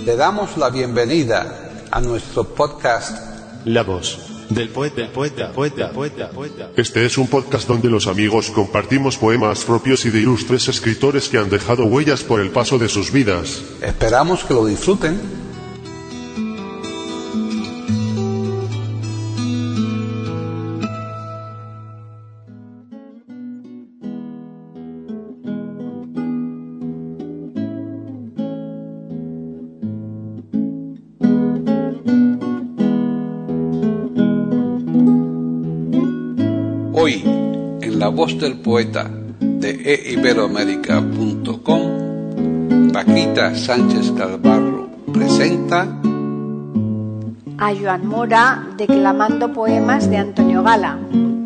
Le damos la bienvenida a nuestro podcast La voz del poeta. Este es un podcast donde los amigos compartimos poemas propios y de ilustres escritores que han dejado huellas por el paso de sus vidas. Esperamos que lo disfruten. Hoy, en La Voz del Poeta de eiberoamerica.com, Paquita Sánchez Galvarro presenta a Joan Mora declamando poemas de Antonio Gala.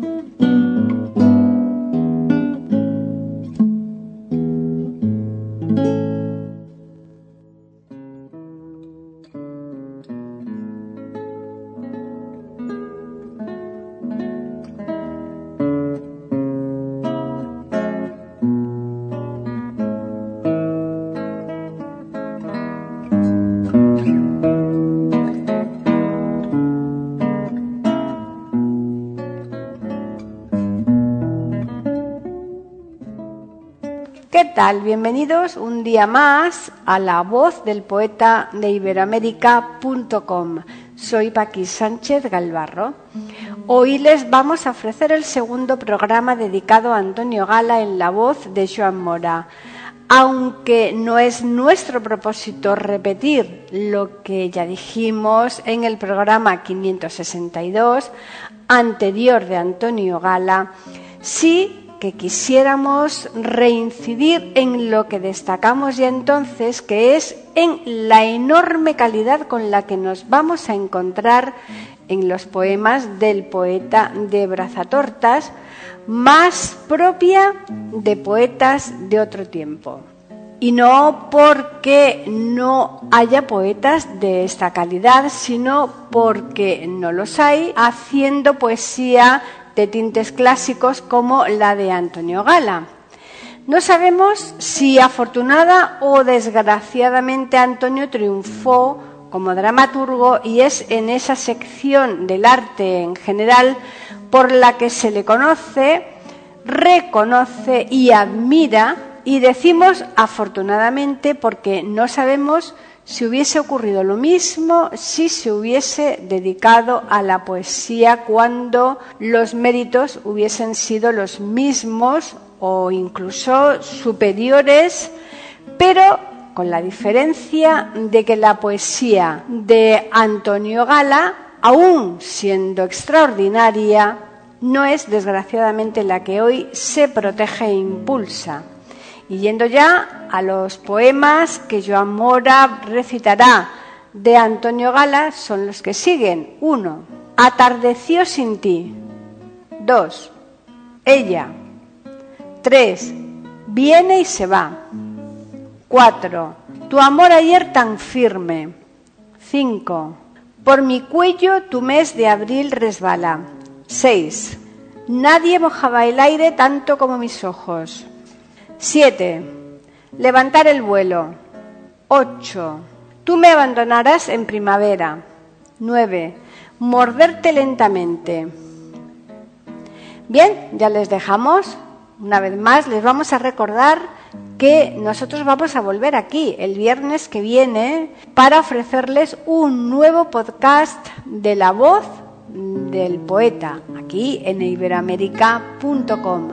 ¿Qué tal? Bienvenidos un día más a La Voz del Poeta de Iberoamerica.com. Soy Paqui Sánchez Galvarro. Hoy les vamos a ofrecer el segundo programa dedicado a Antonio Gala en la voz de Joan Mora. Aunque no es nuestro propósito repetir lo que ya dijimos en el programa 562 anterior de Antonio Gala, sí que quisiéramos reincidir en lo que destacamos ya entonces, que es en la enorme calidad con la que nos vamos a encontrar en los poemas del poeta de Brazatortas, más propia de poetas de otro tiempo. Y no porque no haya poetas de esta calidad, sino porque no los hay haciendo poesía de tintes clásicos como la de Antonio Gala. No sabemos si afortunada o desgraciadamente Antonio triunfó como dramaturgo y es en esa sección del arte en general por la que se le conoce, reconoce y admira, y decimos afortunadamente porque no sabemos si hubiese ocurrido lo mismo si se hubiese dedicado a la poesía cuando los méritos hubiesen sido los mismos o incluso superiores, pero con la diferencia de que la poesía de Antonio Gala, aún siendo extraordinaria, no es desgraciadamente la que hoy se protege e impulsa. Y yendo ya a los poemas que Joan Mora recitará de Antonio Gala, son los que siguen. 1. Atardeció sin ti. 2. Ella. 3. Viene y se va. 4. Tu amor ayer tan firme. 5. Por mi cuello tu mes de abril resbala. 6. Nadie mojaba el aire tanto como mis ojos. 7. Levantar el vuelo. 8. Tú me abandonarás en primavera. 9. Morderte lentamente. Bien, ya les dejamos. Una vez más les vamos a recordar que nosotros vamos a volver aquí el viernes que viene para ofrecerles un nuevo podcast de La Voz del Poeta, aquí en iberoamerica.com.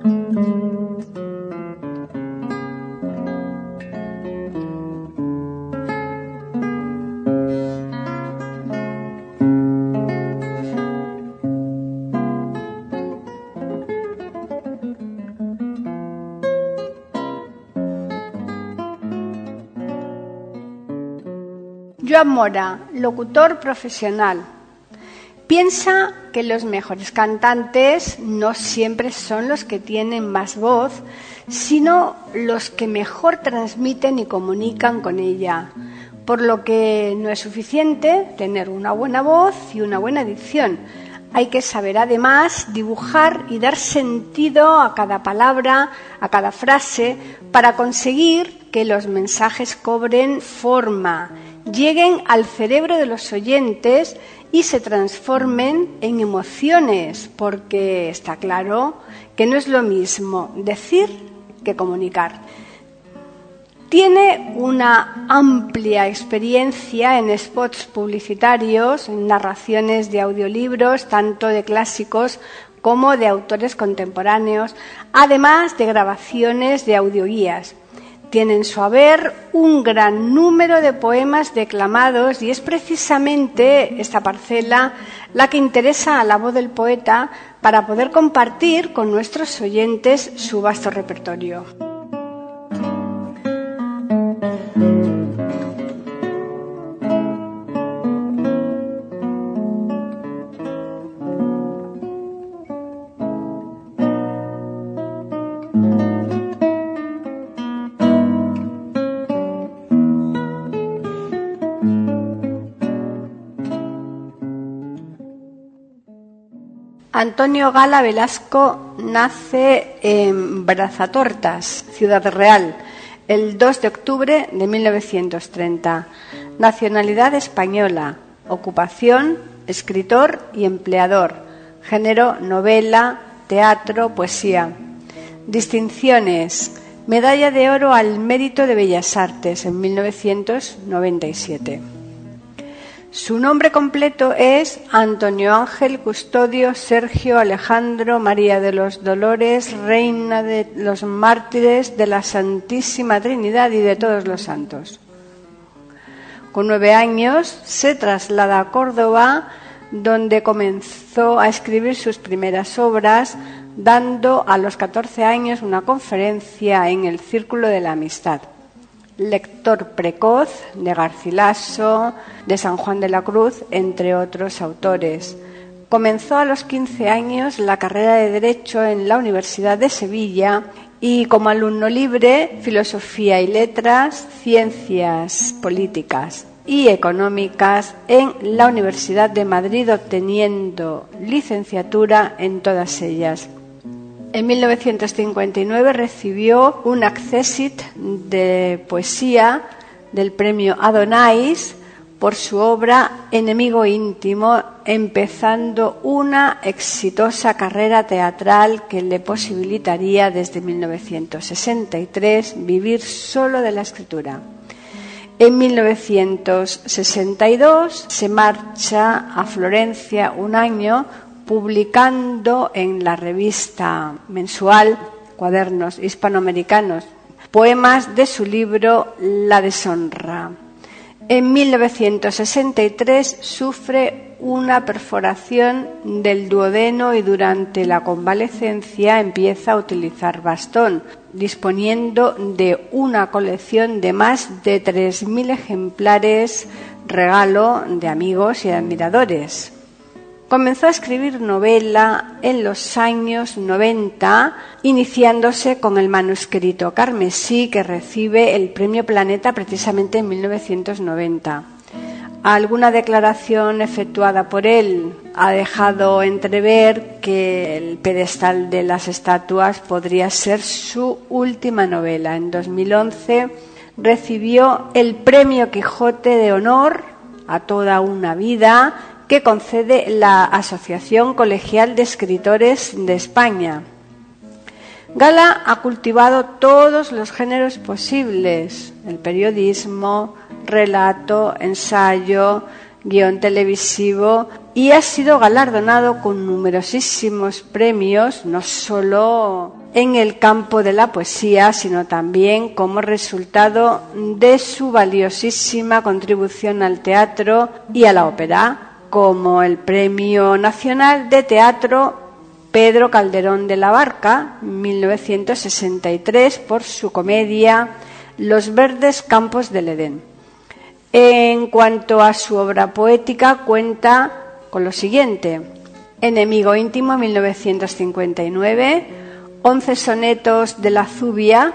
Joan Mora, locutor profesional. Piensa que los mejores cantantes no siempre son los que tienen más voz, sino los que mejor transmiten y comunican con ella, por lo que no es suficiente tener una buena voz y una buena dicción. Hay que saber además dibujar y dar sentido a cada palabra, a cada frase, para conseguir que los mensajes cobren forma lleguen al cerebro de los oyentes y se transformen en emociones, porque está claro que no es lo mismo decir que comunicar. Tiene una amplia experiencia en spots publicitarios, en narraciones de audiolibros, tanto de clásicos como de autores contemporáneos, además de grabaciones de audioguías. Tiene en su haber un gran número de poemas declamados y es precisamente esta parcela la que interesa a La Voz del Poeta para poder compartir con nuestros oyentes su vasto repertorio. Antonio Gala Velasco nace en Brazatortas, Ciudad Real, el 2 de octubre de 1930. Nacionalidad española, ocupación, escritor y empleador, género, novela, teatro, poesía. Distinciones: Medalla de Oro al Mérito de Bellas Artes en 1997. Su nombre completo es Antonio Ángel Custodio Sergio Alejandro María de los Dolores, Reina de los Mártires de la Santísima Trinidad y de todos los santos. Con 9 años se traslada a Córdoba, donde comenzó a escribir sus primeras obras, dando a los 14 años una conferencia en el Círculo de la Amistad. Lector precoz de Garcilaso, de San Juan de la Cruz, entre otros autores. Comenzó a los 15 años la carrera de Derecho en la Universidad de Sevilla y como alumno libre, Filosofía y Letras, Ciencias Políticas y Económicas en la Universidad de Madrid, obteniendo licenciatura en todas ellas. En 1959 recibió un accésit de poesía del premio Adonais por su obra Enemigo íntimo, empezando una exitosa carrera teatral que le posibilitaría desde 1963 vivir solo de la escritura. En 1962 se marcha a Florencia un año, publicando en la revista mensual Cuadernos Hispanoamericanos poemas de su libro La deshonra. En 1963 sufre una perforación del duodeno y durante la convalecencia empieza a utilizar bastón, disponiendo de una colección de más de 3.000 ejemplares, regalo de amigos y admiradores. Comenzó a escribir novela en los años 90, iniciándose con el manuscrito Carmesí, que recibe el Premio Planeta precisamente en 1990. Alguna declaración efectuada por él ha dejado entrever que El pedestal de las estatuas podría ser su última novela. En 2011 recibió el Premio Quijote de Honor a toda una vida, que concede la Asociación Colegial de Escritores de España. Gala ha cultivado todos los géneros posibles: el periodismo, relato, ensayo, guión televisivo, y ha sido galardonado con numerosísimos premios, no solo en el campo de la poesía, sino también como resultado de su valiosísima contribución al teatro y a la ópera, como el Premio Nacional de Teatro Pedro Calderón de la Barca, 1963, por su comedia Los verdes campos del Edén. En cuanto a su obra poética, cuenta con lo siguiente: Enemigo íntimo, 1959, 11 sonetos de la Zubia,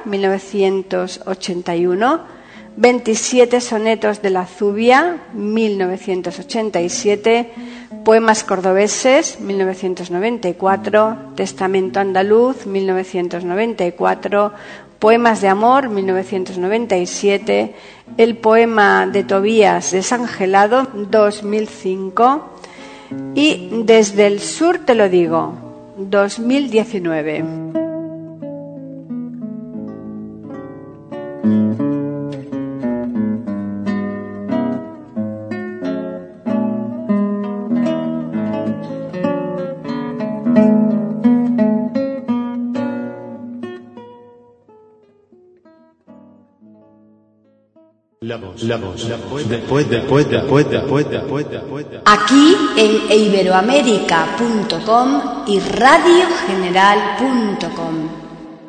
1981, 27 sonetos de la Zubia, 1987, Poemas cordobeses, 1994, Testamento andaluz, 1994, Poemas de amor, 1997, el poema de Tobías desangelado, 2005, y Desde el sur te lo digo, 2019. La voz del poeta. Aquí en iberoamerica.com y radiogeneral.com.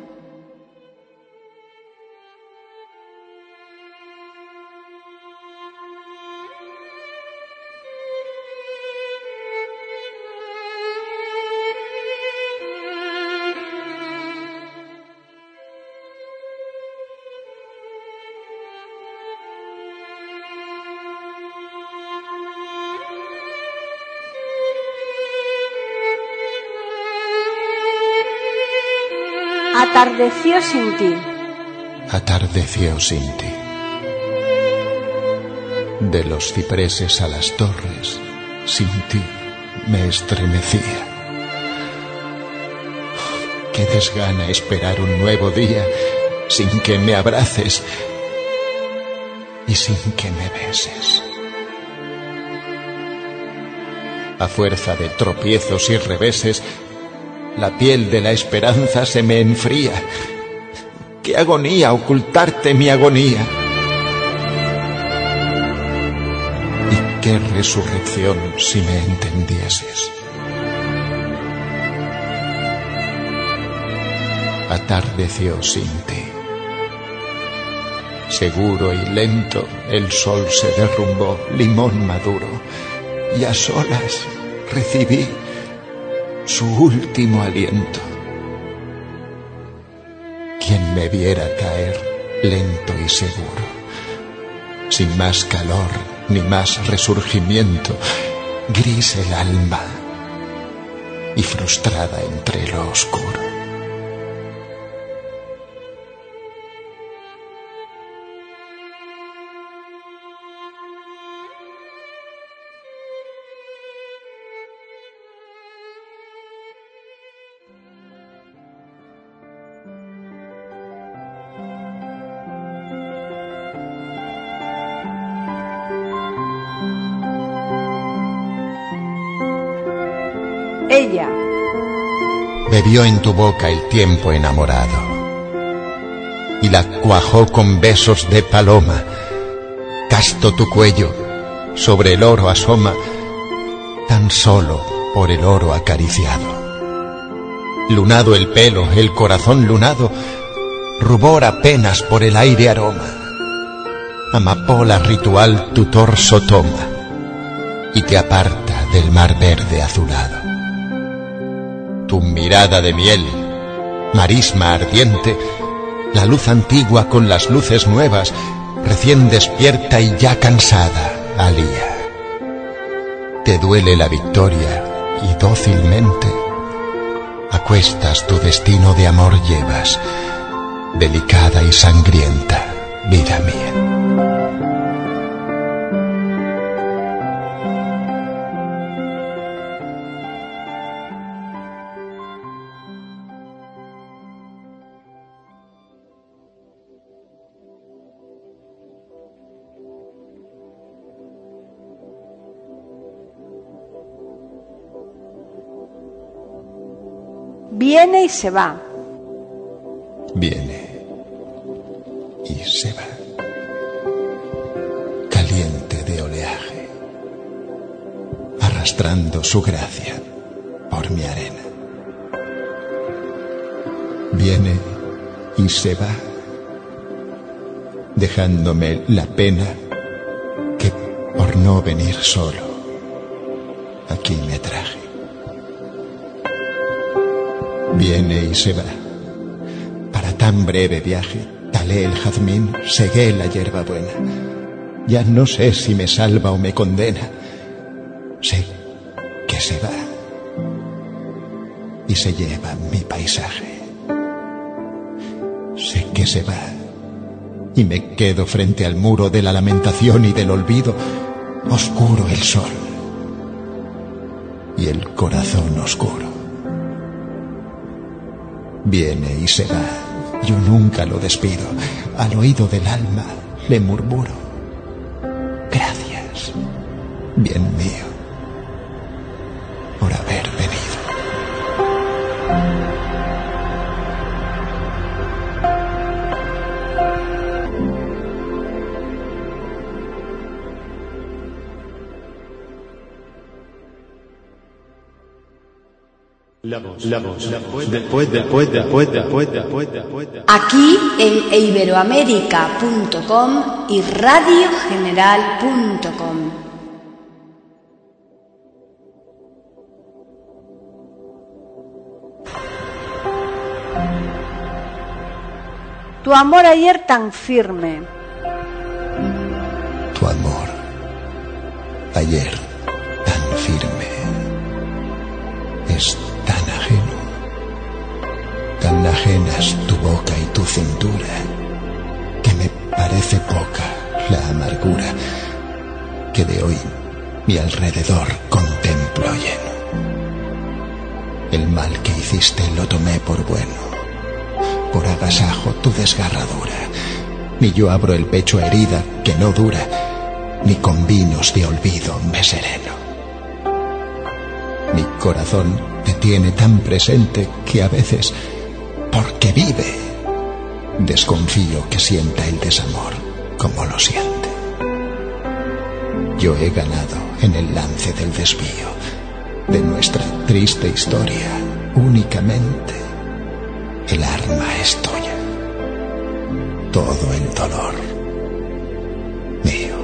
Atardeció sin ti. Atardeció sin ti. De los cipreses a las torres, sin ti me estremecía. Qué desgana esperar un nuevo día sin que me abraces y sin que me beses. A fuerza de tropiezos y reveses, la piel de la esperanza se me enfría. ¡Qué agonía ocultarte mi agonía! Y qué resurrección si me entendieses. Atardeció sin ti. Seguro y lento el sol se derrumbó, limón maduro, y a solas recibí su último aliento. Quien me viera caer lento y seguro, sin más calor ni más resurgimiento, gris el alma y frustrada entre lo oscuro. Ella bebió en tu boca el tiempo enamorado y la cuajó con besos de paloma. Casto tu cuello, sobre el oro asoma, tan solo por el oro acariciado. Lunado el pelo, el corazón lunado, rubor apenas por el aire aroma. Amapola ritual tu torso toma y te aparta del mar verde azulado. Tu mirada de miel, marisma ardiente, la luz antigua con las luces nuevas, recién despierta y ya cansada, alía. Te duele la victoria y dócilmente a cuestas tu destino de amor llevas, delicada y sangrienta, vida mía. viene y se va. Viene y se va, caliente de oleaje, arrastrando su gracia por mi arena. Viene y se va, dejándome la pena que por no venir solo aquí me traje. Viene y se va, para tan breve viaje, talé el jazmín, segué la hierbabuena. Ya no sé si me salva o me condena. Sé se va y se lleva mi paisaje. Sé que se va y me quedo frente al muro de la lamentación y del olvido, oscuro el sol y el corazón oscuro. Viene y se va, yo nunca lo despido, al oído del alma le murmuro: gracias, bien mío, por haber venido. La voz, después. Aquí en iberoamerica.com y radiogeneral.com. Tu amor ayer tan firme. Tu amor ayer tan firme es tan ajeno, tan ajenas tu boca y tu cintura, que me parece poca la amargura que de hoy mi alrededor contemplo lleno. El mal que hiciste lo tomé por bueno, por agasajo tu desgarradura, ni yo abro el pecho a herida que no dura, ni con vinos de olvido me sereno. Mi corazón te tiene tan presente que a veces, porque vive, desconfío que sienta el desamor como lo siente. Yo he ganado en el lance del desvío de nuestra triste historia únicamente. El arma es tuya, todo el dolor mío.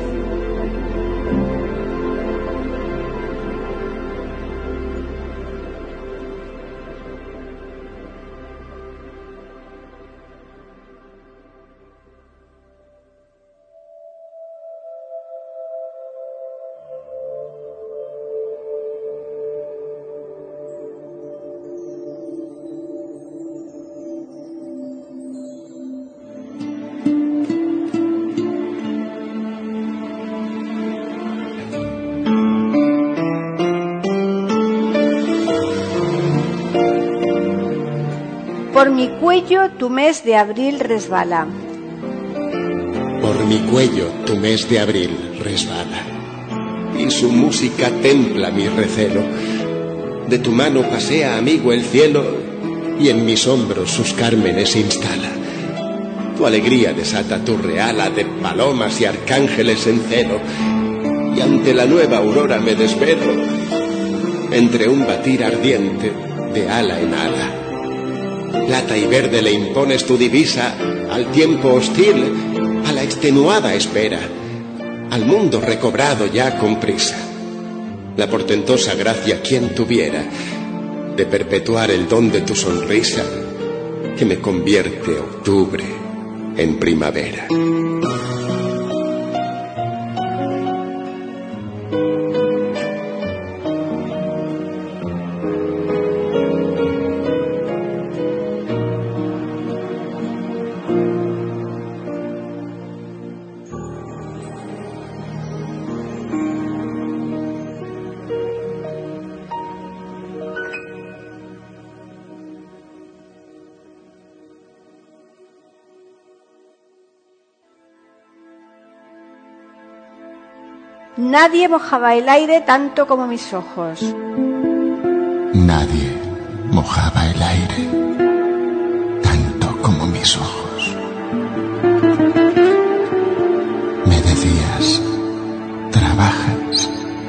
Por mi cuello tu mes de abril resbala. Por mi cuello tu mes de abril resbala, y su música templa mi recelo. De tu mano pasea amigo el cielo, y en mis hombros sus cármenes instala. Tu alegría desata tu reala de palomas y arcángeles en celo, y ante la nueva aurora me desvelo, entre un batir ardiente de ala en ala. Plata y verde le impones tu divisa al tiempo hostil, a la extenuada espera, al mundo recobrado ya con prisa. La portentosa gracia quien tuviera de perpetuar el don de tu sonrisa, que me convierte octubre en primavera. Nadie mojaba el aire tanto como mis ojos. Nadie mojaba el aire tanto como mis ojos. Me decías, trabajas.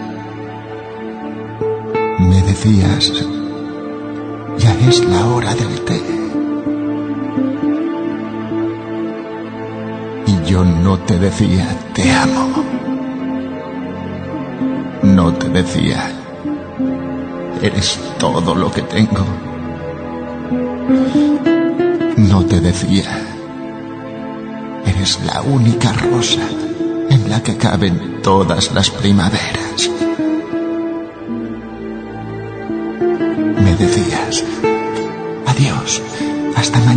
Me decías, ya es la hora del té. Y yo no te decía, te amo. No te decía, eres todo lo que tengo. No te decía, eres la única rosa en la que caben todas las primaveras.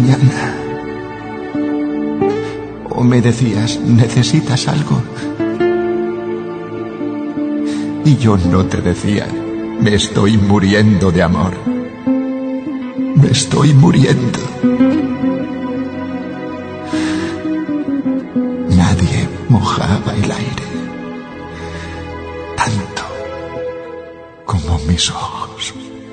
mañana. O me decías, ¿necesitas algo? Y yo no te decía, me estoy muriendo de amor. Me estoy muriendo. Nadie mojaba el aire tanto como mis ojos.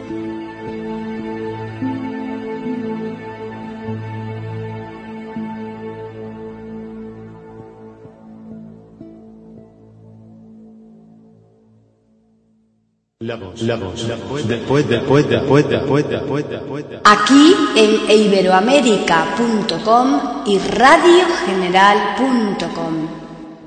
La voz del poeta. Aquí en iberoamerica.com y radiogeneral.com.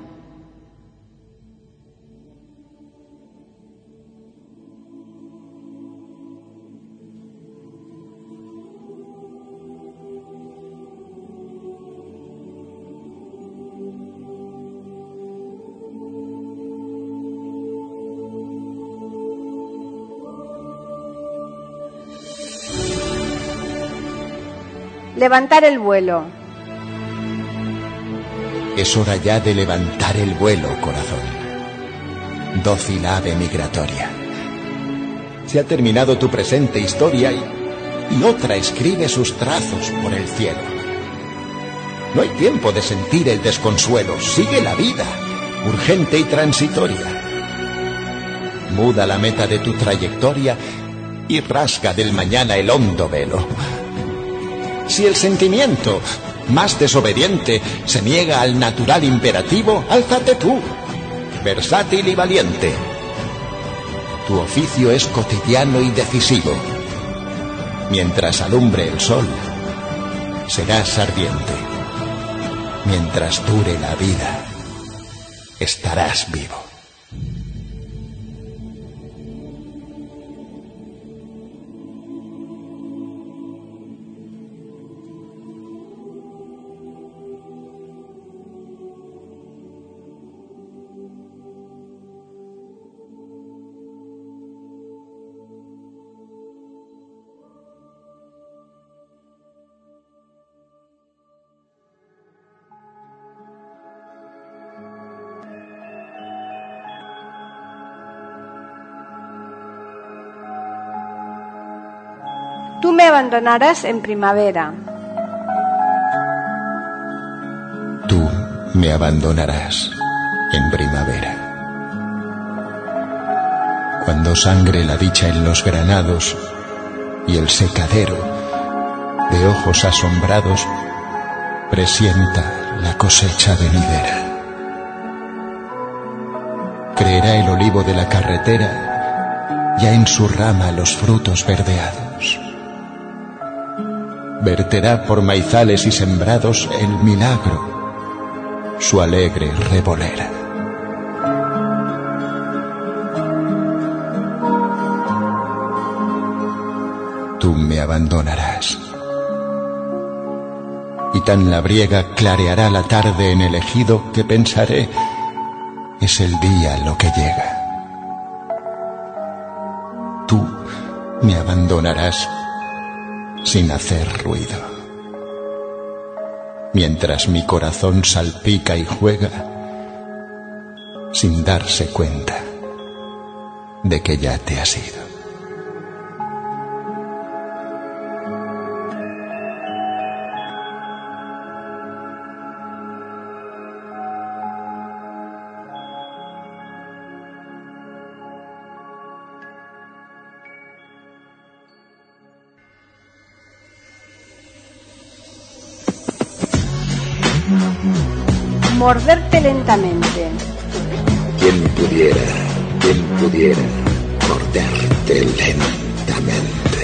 Levantar el vuelo. Es hora ya de levantar el vuelo, corazón. Dócil ave migratoria. Se ha terminado tu presente historia y otra escribe sus trazos por el cielo. No hay tiempo de sentir el desconsuelo. Sigue la vida, urgente y transitoria. Muda la meta de tu trayectoria y rasga del mañana el hondo velo. Si el sentimiento, más desobediente, se niega al natural imperativo, álzate tú, versátil y valiente. Tu oficio es cotidiano y decisivo. Mientras alumbre el sol, serás ardiente. Mientras dure la vida, estarás vivo. Tú me abandonarás en primavera. Tú me abandonarás en primavera. Cuando sangre la dicha en los granados y el secadero, de ojos asombrados, presienta la cosecha venidera. Creerá el olivo de la carretera ya en su rama los frutos verdeados. Verterá por maizales y sembrados el milagro, su alegre revolera. Tú me abandonarás, y tan labriega clareará la tarde en el ejido que pensaré, es el día lo que llega. Tú me abandonarás sin hacer ruido. Mientras mi corazón salpica y juega, sin darse cuenta de que ya te has ido. Morderte lentamente. Quien pudiera morderte lentamente.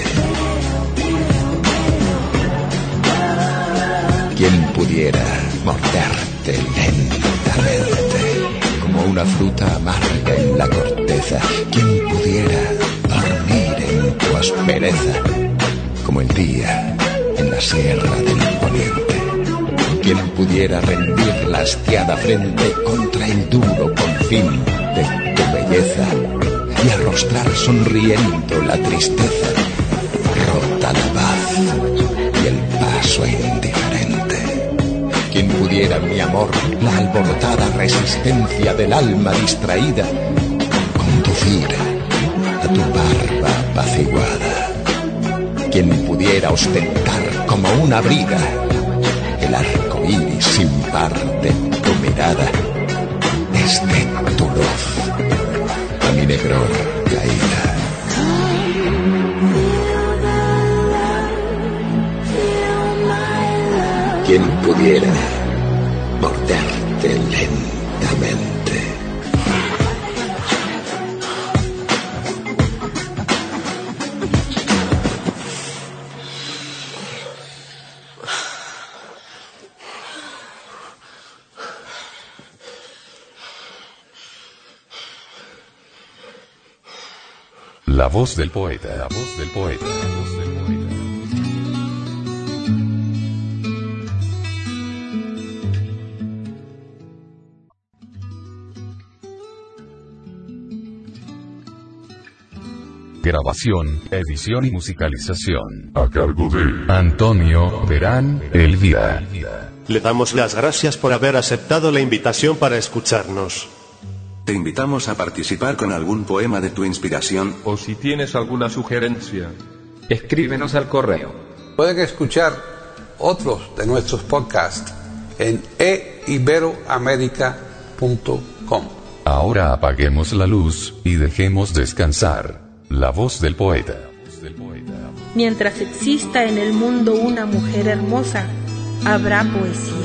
Quien pudiera morderte lentamente, como una fruta amarga en la corteza. Quien pudiera dormir en tu aspereza, como el día en la sierra del poniente. Quien pudiera rendir la hastiada frente contra el duro confín de tu belleza y arrostrar sonriendo la tristeza, rota la paz y el paso indiferente. Quien pudiera, mi amor, la alborotada resistencia del alma distraída, conducir a tu barba apaciguada. Quien pudiera ostentar como una brida el arco iris sin par de tu mirada, desde tu luz a mi negror caída. Quien pudiera morderte lentamente. La voz del poeta, la voz del poeta, la voz del poeta. Grabación, edición y musicalización A cargo de Antonio Verán Elvira. Le damos las gracias por haber aceptado la invitación para escucharnos. Te invitamos a participar con algún poema de tu inspiración. O si tienes alguna sugerencia, escríbenos al correo. Pueden escuchar otros de nuestros podcasts en eiberoamerica.com. Ahora apaguemos la luz y dejemos descansar la voz del poeta. Mientras exista en el mundo una mujer hermosa, habrá poesía.